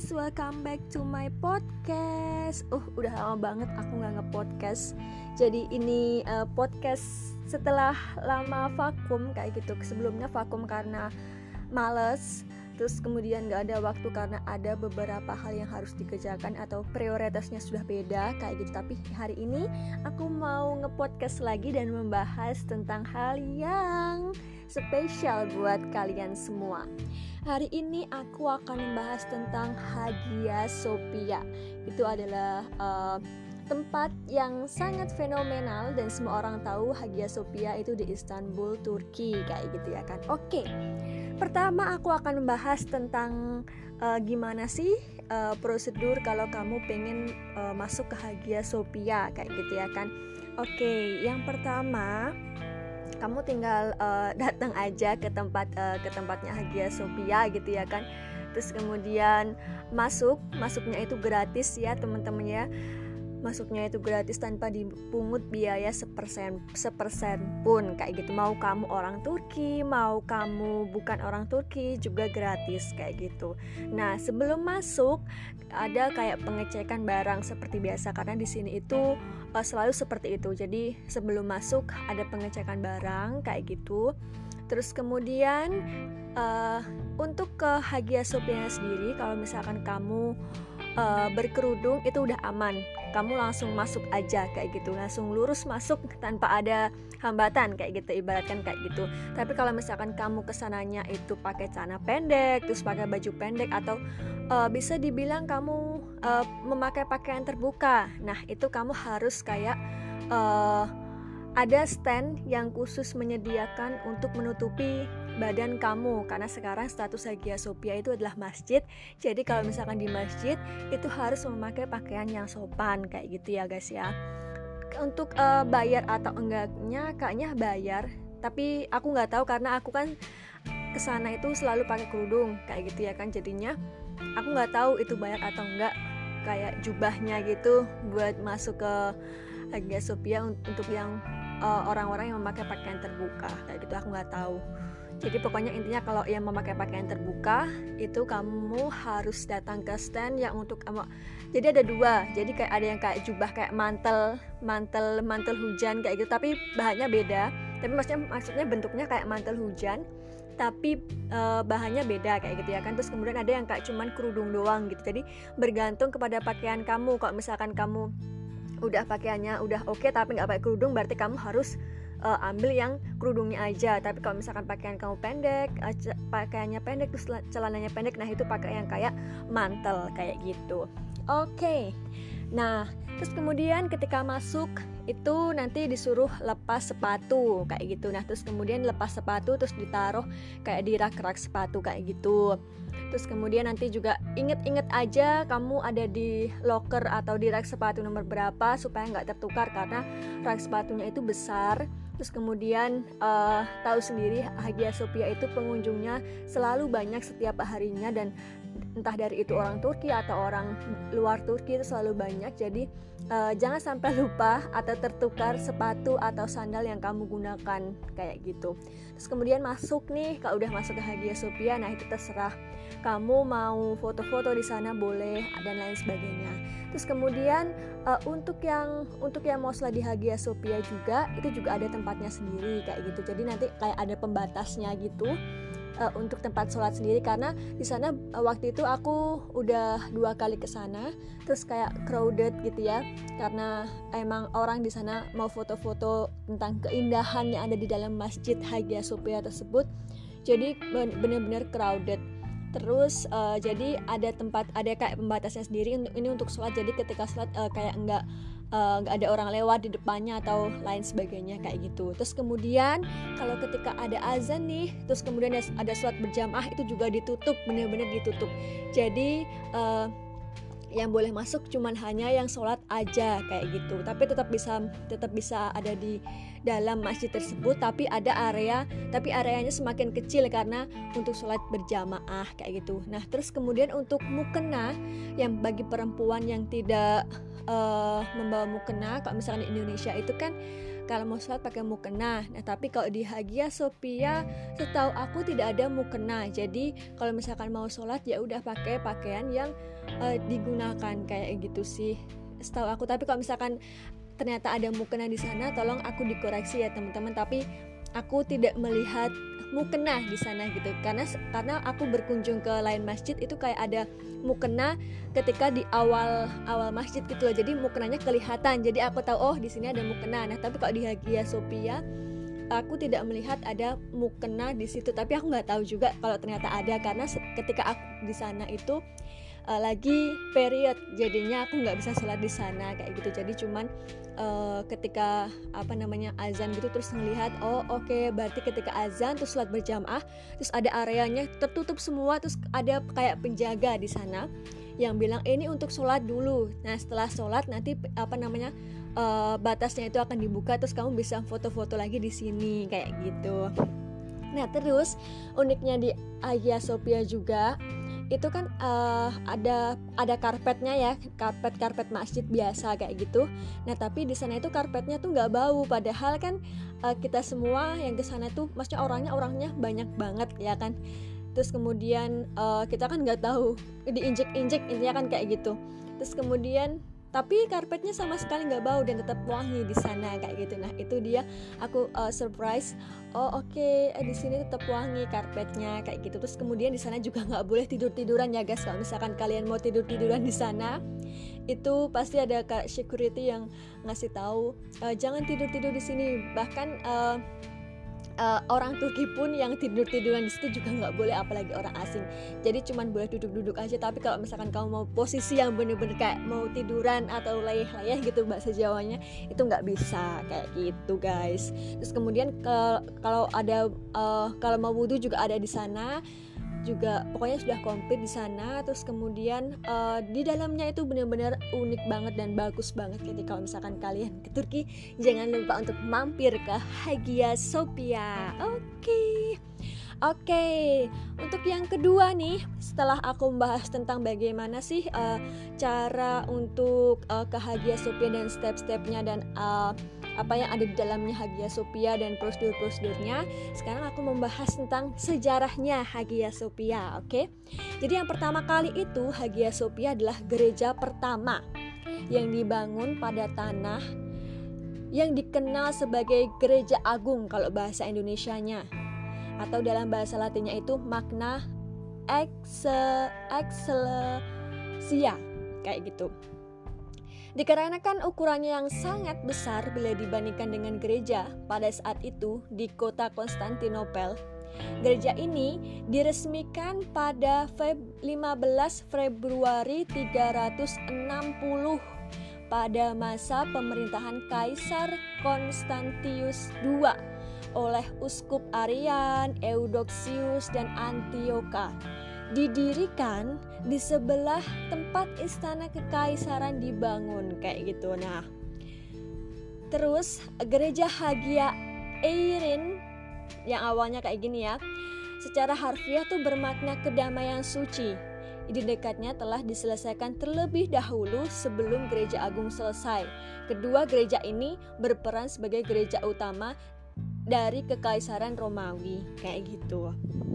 guys, welcome back to my podcast. Udah lama banget aku gak nge-podcast. Jadi ini podcast setelah lama vakum kayak gitu. Sebelumnya vakum karena males, terus kemudian gak ada waktu karena ada beberapa hal yang harus dikerjakan atau prioritasnya sudah beda kayak gitu. Tapi hari ini aku mau nge-podcast lagi dan membahas tentang hal yang spesial buat kalian semua. Hari ini aku akan membahas tentang Hagia Sophia. Itu adalah tempat yang sangat fenomenal dan semua orang tahu Hagia Sophia itu di Istanbul, Turki kayak gitu ya kan. Oke. Pertama aku akan membahas tentang gimana sih prosedur kalau kamu pengen masuk ke Hagia Sophia kayak gitu ya kan. Oke, yang pertama kamu tinggal datang aja ke tempatnya Hagia Sophia gitu ya kan. Terus kemudian masuknya itu gratis ya teman-teman ya. Masuknya itu gratis tanpa dipungut biaya sepersen pun kayak gitu. Mau kamu orang Turki, mau kamu bukan orang Turki juga gratis kayak gitu. Nah, sebelum masuk ada kayak pengecekan barang seperti biasa karena di sini itu selalu seperti itu. Jadi sebelum masuk ada pengecekan barang kayak gitu. Terus kemudian untuk ke Hagia Sophia sendiri, kalau misalkan kamu berkerudung itu udah aman, kamu langsung masuk aja kayak gitu, langsung lurus masuk tanpa ada hambatan kayak gitu, ibaratkan kayak gitu. Tapi kalau misalkan kamu kesananya itu pakai celana pendek, terus pakai baju pendek atau bisa dibilang kamu memakai pakaian terbuka, nah itu kamu harus kayak ada stand yang khusus menyediakan untuk menutupi badan kamu karena sekarang status Hagia Sophia itu adalah masjid. Jadi kalau misalkan di masjid itu harus memakai pakaian yang sopan kayak gitu ya guys ya. Untuk bayar atau enggaknya kayaknya bayar, tapi aku nggak tahu karena aku kan kesana itu selalu pakai kerudung kayak gitu ya kan. Jadinya aku nggak tahu itu bayar atau enggak, kayak jubahnya gitu buat masuk ke Hagia Sophia untuk yang orang-orang yang memakai pakaian terbuka kayak gitu, aku nggak tahu. Jadi pokoknya intinya kalau yang memakai pakaian terbuka itu kamu harus datang ke stand yang untuk kamu. Jadi ada dua, jadi kayak ada yang kayak jubah kayak mantel hujan kayak gitu, tapi bahannya beda. Tapi maksudnya bentuknya kayak mantel hujan, tapi bahannya beda kayak gitu ya kan. Terus kemudian ada yang kayak cuman kerudung doang gitu. Jadi bergantung kepada pakaian kamu. Kalau misalkan kamu udah pakaiannya udah oke tapi nggak pakai kerudung, berarti kamu harus ambil yang kerudungnya aja. Tapi kalau misalkan pakaian kamu pendek, pakaiannya pendek terus celananya pendek, nah itu pakai yang kayak mantel kayak gitu. Oke. Nah, terus kemudian ketika masuk itu nanti disuruh lepas sepatu kayak gitu. Nah, terus kemudian lepas sepatu terus ditaruh kayak di rak-rak sepatu kayak gitu. Terus kemudian nanti juga inget aja kamu ada di locker atau di rak sepatu nomor berapa supaya nggak tertukar karena rak sepatunya itu besar. Terus kemudian tahu sendiri Hagia Sophia itu pengunjungnya selalu banyak setiap harinya dan entah dari itu orang Turki atau orang luar Turki itu selalu banyak. Jadi jangan sampai lupa atau tertukar sepatu atau sandal yang kamu gunakan kayak gitu. Terus kemudian masuk nih, kalau udah masuk ke Hagia Sophia, nah itu terserah kamu mau foto-foto di sana boleh dan lain sebagainya. Terus kemudian untuk yang mau sholat di Hagia Sophia juga itu juga ada tempatnya sendiri kayak gitu. Jadi nanti kayak ada pembatasnya gitu untuk tempat sholat sendiri karena di sana waktu itu aku udah 2 kali ke sana, terus kayak crowded gitu ya karena emang orang di sana mau foto-foto tentang keindahan yang ada di dalam masjid Hagia Sophia tersebut. Jadi benar-benar crowded. Terus jadi ada kayak pembatasnya sendiri ini untuk sholat. Jadi ketika sholat kayak nggak ada orang lewat di depannya atau lain sebagainya kayak gitu. Terus kemudian kalau ketika ada azan nih, terus kemudian ada sholat berjamaah itu juga ditutup, benar-benar ditutup. Jadi yang boleh masuk cuman hanya yang sholat aja kayak gitu. Tapi tetap bisa ada di dalam masjid tersebut, tapi areanya semakin kecil karena untuk sholat berjamaah kayak gitu. Nah, terus kemudian untuk mukena yang bagi perempuan yang tidak membawa mukena, kalau misalnya di Indonesia itu kan kalau mau sholat pakai mukena. Nah tapi kalau di Hagia Sophia setahu aku tidak ada mukena. Jadi kalau misalkan mau sholat ya udah pakai pakaian yang digunakan kayak gitu sih setahu aku. Tapi kalau misalkan ternyata ada mukena di sana, tolong aku dikoreksi ya teman-teman. Tapi aku tidak melihat mukena di sana gitu, karena aku berkunjung ke lain masjid itu kayak ada mukena ketika di awal masjid gitu loh. Jadi mukenanya kelihatan, jadi aku tahu oh di sini ada mukena. Nah tapi kalau di Hagia Sophia aku tidak melihat ada mukena di situ. Tapi aku nggak tahu juga kalau ternyata ada, karena ketika aku di sana itu lagi period, jadinya aku nggak bisa sholat di sana kayak gitu. Jadi cuman ketika azan gitu terus ngelihat oh oke, berarti ketika azan terus sholat berjamaah terus ada areanya tertutup semua, terus ada kayak penjaga di sana yang bilang ini untuk sholat dulu. Nah setelah sholat nanti batasnya itu akan dibuka, terus kamu bisa foto-foto lagi di sini kayak gitu. Nah terus uniknya di Hagia Sophia juga itu kan ada karpetnya ya, karpet masjid biasa kayak gitu. Nah tapi di sana itu karpetnya tuh nggak bau, padahal kan kita semua yang ke sana tuh maksudnya orangnya banyak banget ya kan. Terus kemudian kita kan nggak tahu diinjek intinya kan kayak gitu. Terus kemudian tapi karpetnya sama sekali nggak bau dan tetap wangi di sana kayak gitu. Nah itu dia aku surprise, oh oke, di sini tetap wangi karpetnya kayak gitu. Terus kemudian di sana juga nggak boleh tiduran ya guys. Kalau misalkan kalian mau tiduran di sana itu pasti ada kayak security yang ngasih tahu jangan tidur di sini. Bahkan orang Turki pun yang tiduran di situ juga nggak boleh, apalagi orang asing. Jadi cuman boleh duduk aja. Tapi kalau misalkan kamu mau posisi yang bener-bener kayak mau tiduran atau layah gitu bahasa Jawanya, itu nggak bisa kayak gitu guys. Terus kemudian kalau mau wudhu juga ada di sana juga, pokoknya sudah komplit di sana. Terus kemudian di dalamnya itu benar-benar unik banget dan bagus banget. Jadi kalau misalkan kalian ke Turki jangan lupa untuk mampir ke Hagia Sophia. Oke. Untuk yang kedua nih, setelah aku membahas tentang bagaimana sih cara untuk ke Hagia Sophia dan step-stepnya dan apa yang ada di dalamnya Hagia Sophia dan prosedur-prosedurnya, sekarang aku membahas tentang sejarahnya Hagia Sophia. Oke. Jadi yang pertama kali itu Hagia Sophia adalah gereja pertama yang dibangun pada tanah yang dikenal sebagai gereja agung kalau bahasa Indonesianya, atau dalam bahasa Latinnya itu Magna Ecclesia kayak gitu. Dikarenakan ukurannya yang sangat besar bila dibandingkan dengan gereja pada saat itu di kota Konstantinopel, gereja ini diresmikan pada 15 Februari 360 pada masa pemerintahan Kaisar Konstantius II oleh Uskup Arian, Eudoxius, dan Antioka. Didirikan di sebelah tempat istana kekaisaran dibangun kayak gitu. Nah, terus gereja Hagia Eirin yang awalnya kayak gini ya, secara harfiah tuh bermakna kedamaian suci. Ide dekatnya telah diselesaikan terlebih dahulu sebelum gereja agung selesai. Kedua gereja ini berperan sebagai gereja utama dari kekaisaran Romawi kayak gitu.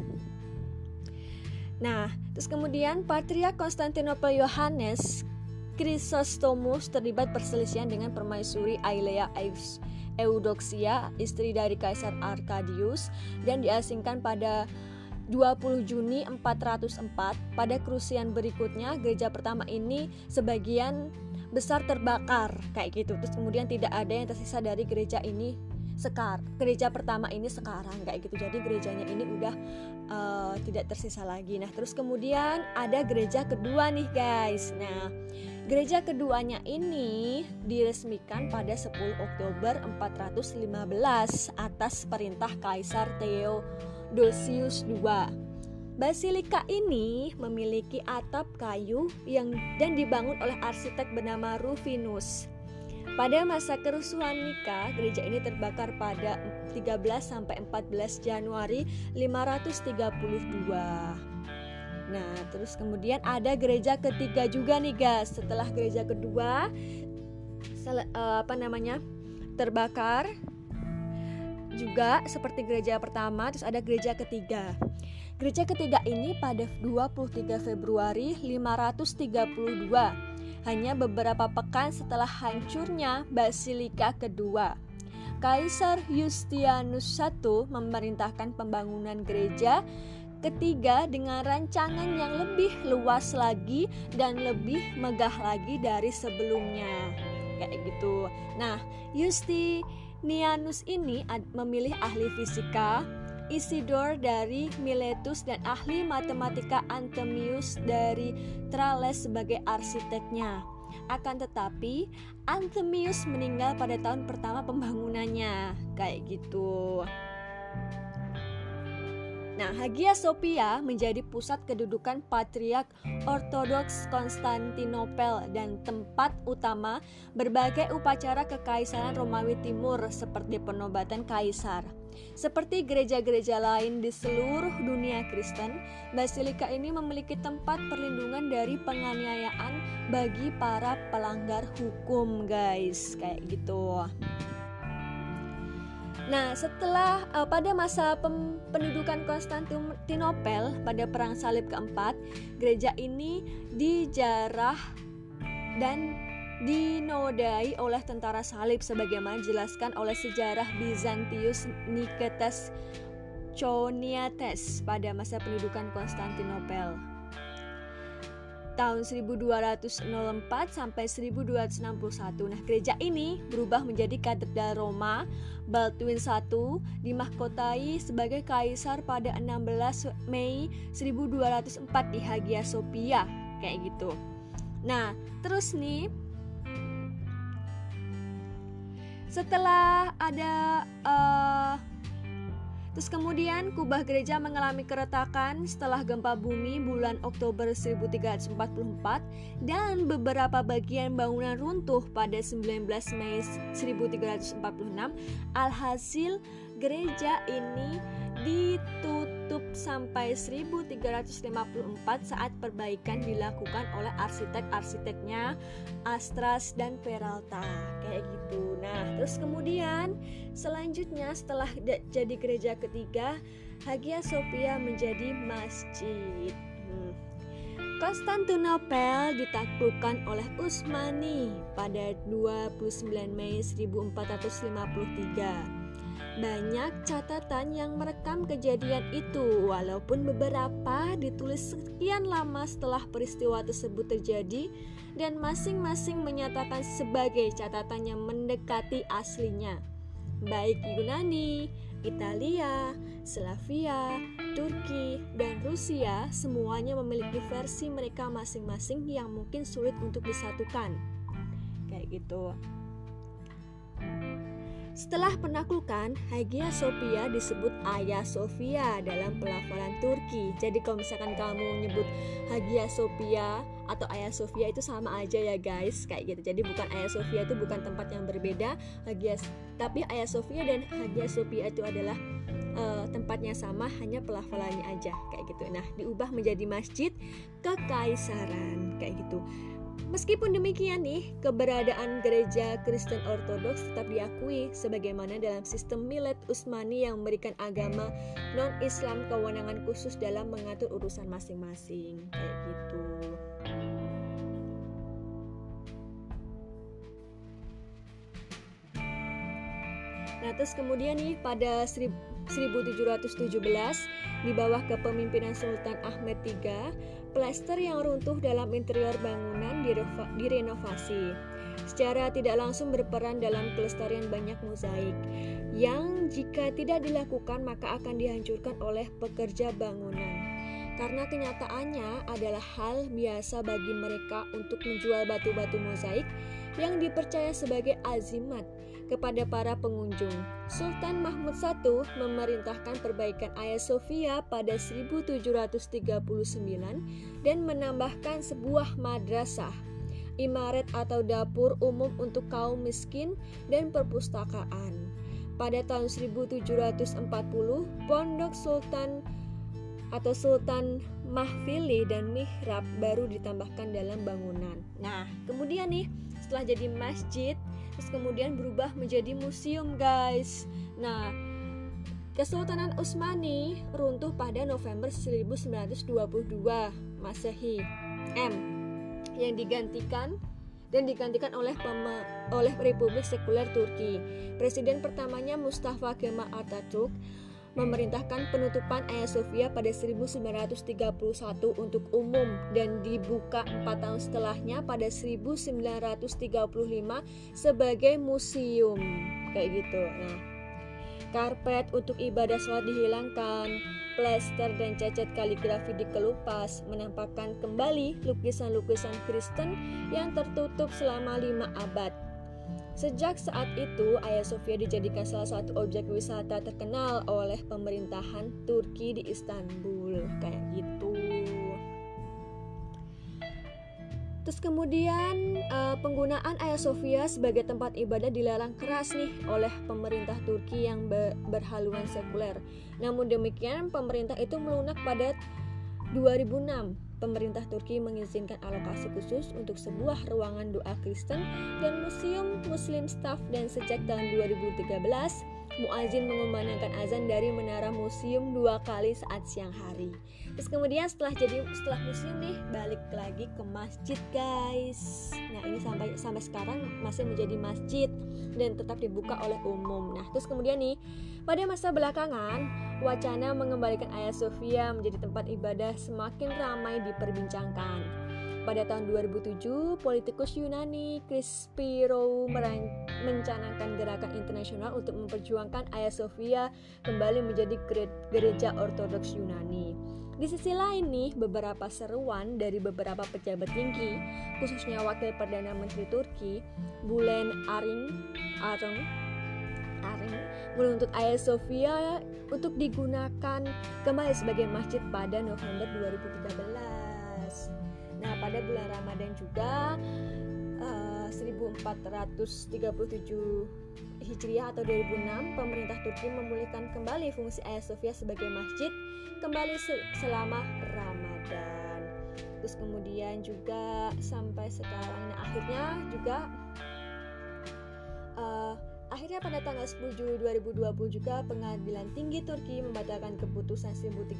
Nah, terus kemudian Patriark Konstantinopel Yohanes Chrysostomus terlibat perselisihan dengan permaisuri Aelia Eudoxia, istri dari Kaisar Arkadius, dan diasingkan pada 20 Juni 404. Pada kerusuhan berikutnya, gereja pertama ini sebagian besar terbakar kayak gitu. Terus kemudian tidak ada yang tersisa dari gereja ini gereja pertama ini sekarang kayak gitu. Jadi gerejanya ini udah tidak tersisa lagi. Nah terus kemudian ada gereja kedua nih guys. Nah gereja keduanya ini diresmikan pada 10 Oktober 415 atas perintah Kaisar Theodosius II. Basilika ini memiliki atap kayu dan dibangun oleh arsitek bernama Rufinus. Pada masa kerusuhan Nika, gereja ini terbakar pada 13 sampai 14 Januari 532. Nah, terus kemudian ada gereja ketiga juga nih guys. Setelah gereja kedua terbakar. Juga seperti gereja pertama, terus ada gereja ketiga. Gereja ketiga ini pada 23 Februari 532, hanya beberapa pekan setelah hancurnya Basilika kedua. Kaisar Yustianus I memerintahkan pembangunan gereja ketiga dengan rancangan yang lebih luas lagi dan lebih megah lagi dari sebelumnya. Kayak gitu. Nah, Justinianus ini memilih ahli fisika Isidor dari Miletus dan ahli matematika Anthemius dari Tralles sebagai arsiteknya. Akan tetapi Anthemius meninggal pada tahun pertama pembangunannya. Kayak gitu. Nah, Hagia Sophia menjadi pusat kedudukan Patriark Ortodoks Konstantinopel dan tempat utama berbagai upacara kekaisaran Romawi Timur seperti penobatan kaisar. Seperti gereja-gereja lain di seluruh dunia Kristen, Basilika ini memiliki tempat perlindungan dari penganiayaan bagi para pelanggar hukum, guys. Kayak gitu. Nah, setelah pada masa pendudukan Konstantinopel pada Perang Salib keempat, gereja ini dijarah dan dinodai oleh tentara salib sebagaimana dijelaskan oleh sejarah Bizantius Niketas Choniates pada masa pendudukan Konstantinopel tahun 1204 sampai 1261. Nah, gereja ini berubah menjadi katedral Roma. Baldwin I dimahkotai sebagai kaisar pada 16 Mei 1204 di Hagia Sophia, kayak gitu. Nah, terus nih setelah ada terus kemudian kubah gereja mengalami keretakan setelah gempa bumi bulan Oktober 1344 dan beberapa bagian bangunan runtuh pada 19 Mei 1346. Alhasil gereja ini ditutup sampai 1354 saat perbaikan dilakukan oleh arsitek-arsiteknya Astras dan Peralta, kayak gitu. Nah, terus kemudian selanjutnya setelah jadi gereja ketiga, Hagia Sophia menjadi masjid. Konstantinopel ditaklukkan oleh Utsmani pada 29 Mei 1453. Banyak catatan yang merekam kejadian itu, walaupun beberapa ditulis sekian lama setelah peristiwa tersebut terjadi dan masing-masing menyatakan sebagai catatan yang mendekati aslinya. Baik Yunani, Italia, Slavia, Turki, dan Rusia semuanya memiliki versi mereka masing-masing yang mungkin sulit untuk disatukan. Kayak gitu. Setelah penaklukan, Hagia Sophia disebut Hagia Sophia dalam pelafalan Turki. Jadi kalau misalkan kamu nyebut Hagia Sophia atau Hagia Sophia itu sama aja ya guys, kayak gitu. Jadi bukan Hagia Sophia itu bukan tempat yang berbeda, tapi Hagia Sophia dan Hagia Sophia itu adalah tempatnya sama, hanya pelafalannya aja, kayak gitu. Nah, diubah menjadi masjid kekaisaran, kayak gitu. Meskipun demikian nih, keberadaan gereja Kristen Ortodoks tetap diakui sebagaimana dalam sistem Milet Utsmani yang memberikan agama non-Islam kewenangan khusus dalam mengatur urusan masing-masing, kayak gitu. Nah, terus kemudian nih pada 1717 di bawah kepemimpinan Sultan Ahmed III, plester yang runtuh dalam interior bangunan direnovasi. Secara tidak langsung berperan dalam kelestarian banyak mozaik yang jika tidak dilakukan maka akan dihancurkan oleh pekerja bangunan. Karena kenyataannya adalah hal biasa bagi mereka untuk menjual batu-batu mozaik yang dipercaya sebagai azimat kepada para pengunjung. Sultan Mahmud I memerintahkan perbaikan Hagia Sophia pada 1739 dan menambahkan sebuah madrasah, imaret atau dapur umum untuk kaum miskin dan perpustakaan. Pada tahun 1740, pondok Sultan Mahfili dan mihrab baru ditambahkan dalam bangunan. Nah, kemudian nih setelah jadi masjid, terus kemudian berubah menjadi museum, guys. Nah, Kesultanan Utsmani runtuh pada November 1922 Masehi yang digantikan oleh Republik Sekuler Turki. Presiden pertamanya Mustafa Kemal Atatürk memerintahkan penutupan Hagia Sophia pada 1931 untuk umum dan dibuka 4 tahun setelahnya pada 1935 sebagai museum kayak gitu. Nah, karpet untuk ibadah sholat dihilangkan, plester dan cacat kaligrafi dikelupas, menampakkan kembali lukisan-lukisan Kristen yang tertutup selama 5 abad. Sejak saat itu, Hagia Sophia dijadikan salah satu objek wisata terkenal oleh pemerintahan Turki di Istanbul, kayak gitu. Terus kemudian penggunaan Hagia Sophia sebagai tempat ibadah dilarang keras nih oleh pemerintah Turki yang berhaluan sekuler. Namun demikian, pemerintah itu melunak pada 2006. Pemerintah Turki mengizinkan alokasi khusus untuk sebuah ruangan doa Kristen dan museum Muslim Staff, dan sejak tahun 2013 muazin mengumandangkan azan dari menara museum 2 kali saat siang hari. Terus kemudian setelah museum nih, balik lagi ke masjid, guys. Nah, ini sampai sekarang masih menjadi masjid dan tetap dibuka oleh umum. Nah, terus kemudian nih, pada masa belakangan, wacana mengembalikan Hagia Sophia menjadi tempat ibadah semakin ramai diperbincangkan. Pada tahun 2007, politikus Yunani Krispiro mencanangkan gerakan internasional untuk memperjuangkan Hagia Sophia kembali menjadi gereja Ortodoks Yunani. Di sisi lain nih, beberapa seruan dari beberapa pejabat tinggi, khususnya Wakil Perdana Menteri Turki, Bülent Arınç, menuntut Hagia Sophia untuk digunakan kembali sebagai masjid pada November 2013. Nah, pada bulan Ramadan juga 1437 Hijriah atau 2006, pemerintah Turki memulihkan kembali fungsi Hagia Sophia sebagai masjid kembali selama Ramadan. Terus kemudian juga sampai sekarang, nah akhirnya pada tanggal 10 Juli 2020 juga Pengadilan Tinggi Turki membatalkan keputusan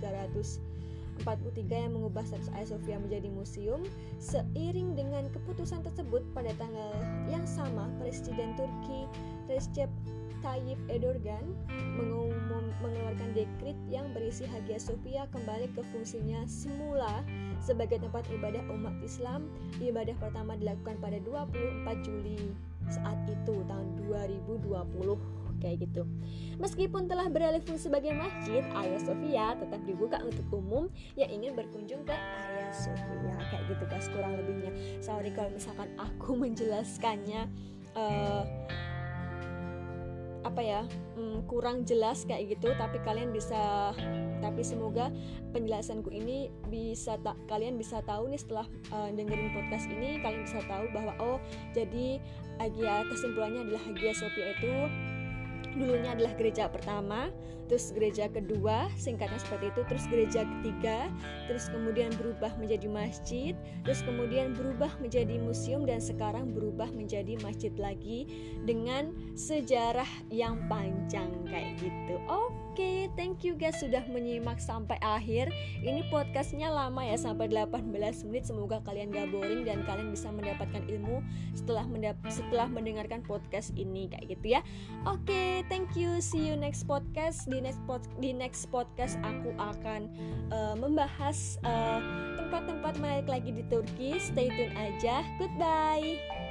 1343 yang mengubah status Hagia Sophia menjadi museum. Seiring dengan keputusan tersebut, pada tanggal yang sama Presiden Turki Recep Tayyip Erdogan mengeluarkan dekret yang berisi Hagia Sophia kembali ke fungsinya semula sebagai tempat ibadah umat Islam. Ibadah pertama dilakukan pada 24 Juli saat itu tahun 2020 kayak gitu. Meskipun telah beralih fungsi sebagai masjid, Hagia Sophia tetap dibuka untuk umum yang ingin berkunjung ke Hagia Sophia kayak gitu, guys, kurang lebihnya. Sorry kalau misalkan aku menjelaskannya kurang jelas kayak gitu, tapi semoga penjelasanku ini kalian bisa tahu nih setelah dengerin podcast ini. Kalian bisa tahu bahwa jadi kesimpulannya adalah Hagia Sophia itu dulunya adalah gereja pertama, terus gereja kedua, singkatnya seperti itu, terus gereja ketiga, terus kemudian berubah menjadi masjid, terus kemudian berubah menjadi museum, dan sekarang berubah menjadi masjid lagi dengan sejarah yang panjang kayak gitu. Oke, thank you guys sudah menyimak sampai akhir. Ini podcastnya lama ya, sampai 18 menit. Semoga kalian gak boring dan kalian bisa mendapatkan ilmu setelah mendengarkan podcast ini kayak gitu ya. Oke, thank you. See you next podcast. Di next podcast aku akan membahas tempat-tempat menarik lagi di Turki. Stay tune aja. Goodbye.